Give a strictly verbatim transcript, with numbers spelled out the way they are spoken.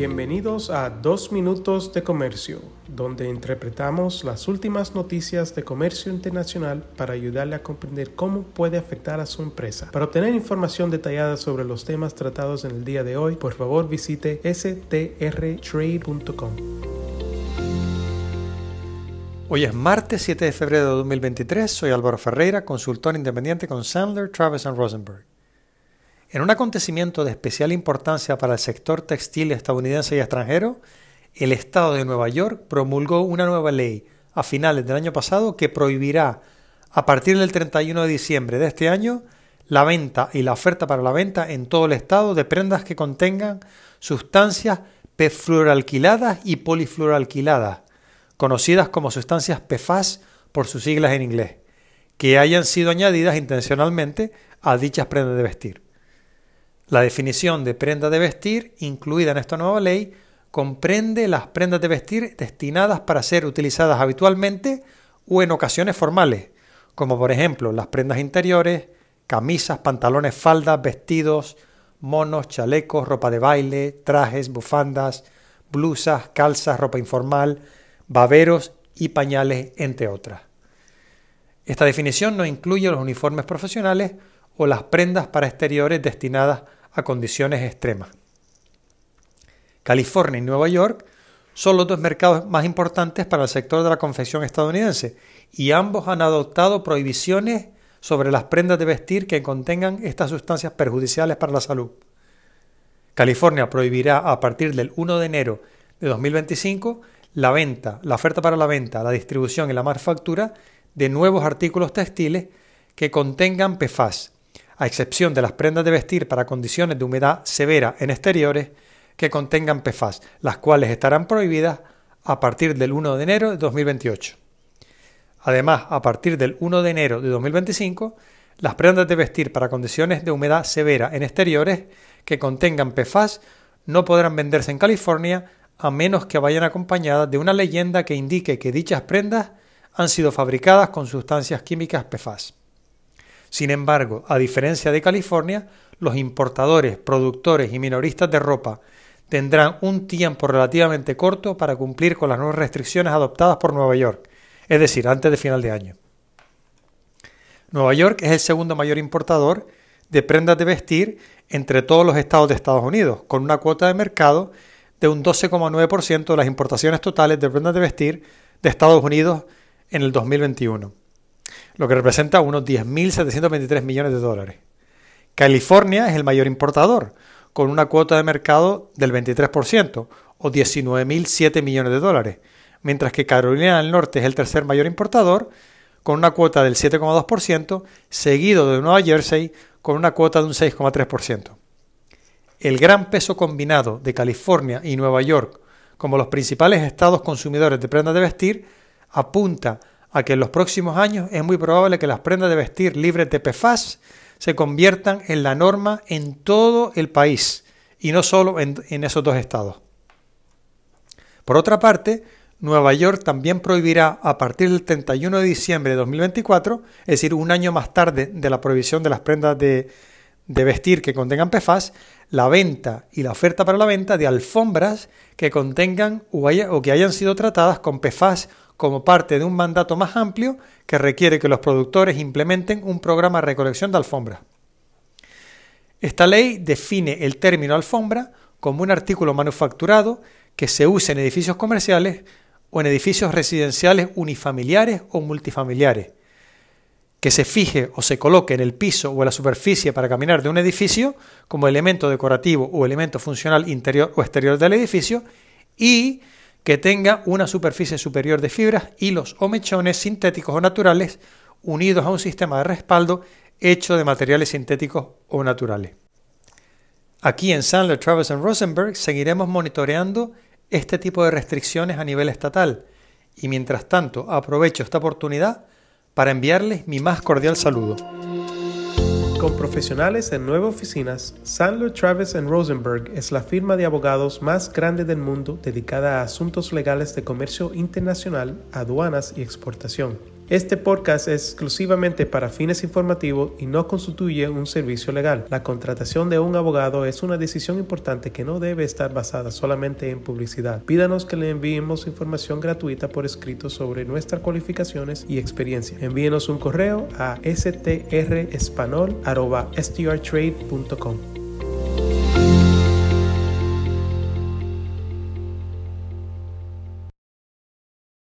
Bienvenidos a Dos Minutos de Comercio, donde interpretamos las últimas noticias de comercio internacional para ayudarle a comprender cómo puede afectar a su empresa. Para obtener información detallada sobre los temas tratados en el día de hoy, por favor visite s t r trade punto com. Hoy es martes siete de febrero de dos mil veintitrés, soy Álvaro Ferreira, consultor independiente con Sandler, Travis and Rosenberg. En un acontecimiento de especial importancia para el sector textil estadounidense y extranjero, el estado de Nueva York promulgó una nueva ley a finales del año pasado que prohibirá, a partir del treinta y uno de diciembre de este año, la venta y la oferta para la venta en todo el estado de prendas que contengan sustancias perfluoralquiladas y polifluoralquiladas, conocidas como sustancias P F A S por sus siglas en inglés, que hayan sido añadidas intencionalmente a dichas prendas de vestir. La definición de prenda de vestir incluida en esta nueva ley comprende las prendas de vestir destinadas para ser utilizadas habitualmente o en ocasiones formales, como por ejemplo las prendas interiores, camisas, pantalones, faldas, vestidos, monos, chalecos, ropa de baile, trajes, bufandas, blusas, calzas, ropa informal, baberos y pañales, entre otras. Esta definición no incluye los uniformes profesionales o las prendas para exteriores destinadas a condiciones extremas. California y Nueva York son los dos mercados más importantes para el sector de la confección estadounidense y ambos han adoptado prohibiciones sobre las prendas de vestir que contengan estas sustancias perjudiciales para la salud. California prohibirá a partir del primero de enero de dos mil veinticinco la venta, la oferta para la venta, la distribución y la manufactura de nuevos artículos textiles que contengan P F A S, a excepción de las prendas de vestir para condiciones de humedad severa en exteriores que contengan P F A S, las cuales estarán prohibidas a partir del primero de enero de dos mil veintiocho. Además, a partir del primero de enero de dos mil veinticinco, las prendas de vestir para condiciones de humedad severa en exteriores que contengan P F A S no podrán venderse en California a menos que vayan acompañadas de una leyenda que indique que dichas prendas han sido fabricadas con sustancias químicas P F A S. Sin embargo, a diferencia de California, los importadores, productores y minoristas de ropa tendrán un tiempo relativamente corto para cumplir con las nuevas restricciones adoptadas por Nueva York, es decir, antes de final de año. Nueva York es el segundo mayor importador de prendas de vestir entre todos los estados de Estados Unidos, con una cuota de mercado de un doce coma nueve por ciento de las importaciones totales de prendas de vestir de Estados Unidos en el dos mil veintiuno. Lo que representa unos diez mil setecientos veintitrés millones de dólares. California es el mayor importador, con una cuota de mercado del veintitrés por ciento, o diecinueve mil siete millones de dólares, mientras que Carolina del Norte es el tercer mayor importador, con una cuota del siete coma dos por ciento, seguido de Nueva Jersey, con una cuota de un seis coma tres por ciento. El gran peso combinado de California y Nueva York como los principales estados consumidores de prendas de vestir apunta a que en los próximos años es muy probable que las prendas de vestir libres de P F A S se conviertan en la norma en todo el país y no solo en, en esos dos estados. Por otra parte, Nueva York también prohibirá a partir del treinta y uno de diciembre de dos mil veinticuatro, es decir, un año más tarde de la prohibición de las prendas de, de vestir que contengan P F A S, la venta y la oferta para la venta de alfombras que contengan o, haya, o que hayan sido tratadas con P F A S como parte de un mandato más amplio que requiere que los productores implementen un programa de recolección de alfombras. Esta ley define el término alfombra como un artículo manufacturado que se use en edificios comerciales o en edificios residenciales unifamiliares o multifamiliares, que se fije o se coloque en el piso o en la superficie para caminar de un edificio como elemento decorativo o elemento funcional interior o exterior del edificio y que tenga una superficie superior de fibras, hilos o mechones sintéticos o naturales unidos a un sistema de respaldo hecho de materiales sintéticos o naturales. Aquí en Sandler, Travis and Rosenberg seguiremos monitoreando este tipo de restricciones a nivel estatal y mientras tanto aprovecho esta oportunidad para enviarles mi más cordial saludo. Con profesionales en nueve oficinas, Sandler, Travis and Rosenberg es la firma de abogados más grande del mundo dedicada a asuntos legales de comercio internacional, aduanas y exportación. Este podcast es exclusivamente para fines informativos y no constituye un servicio legal. La contratación de un abogado es una decisión importante que no debe estar basada solamente en publicidad. Pídanos que le enviemos información gratuita por escrito sobre nuestras cualificaciones y experiencia. Envíenos un correo a s t r espanol arroba s t r trade punto com.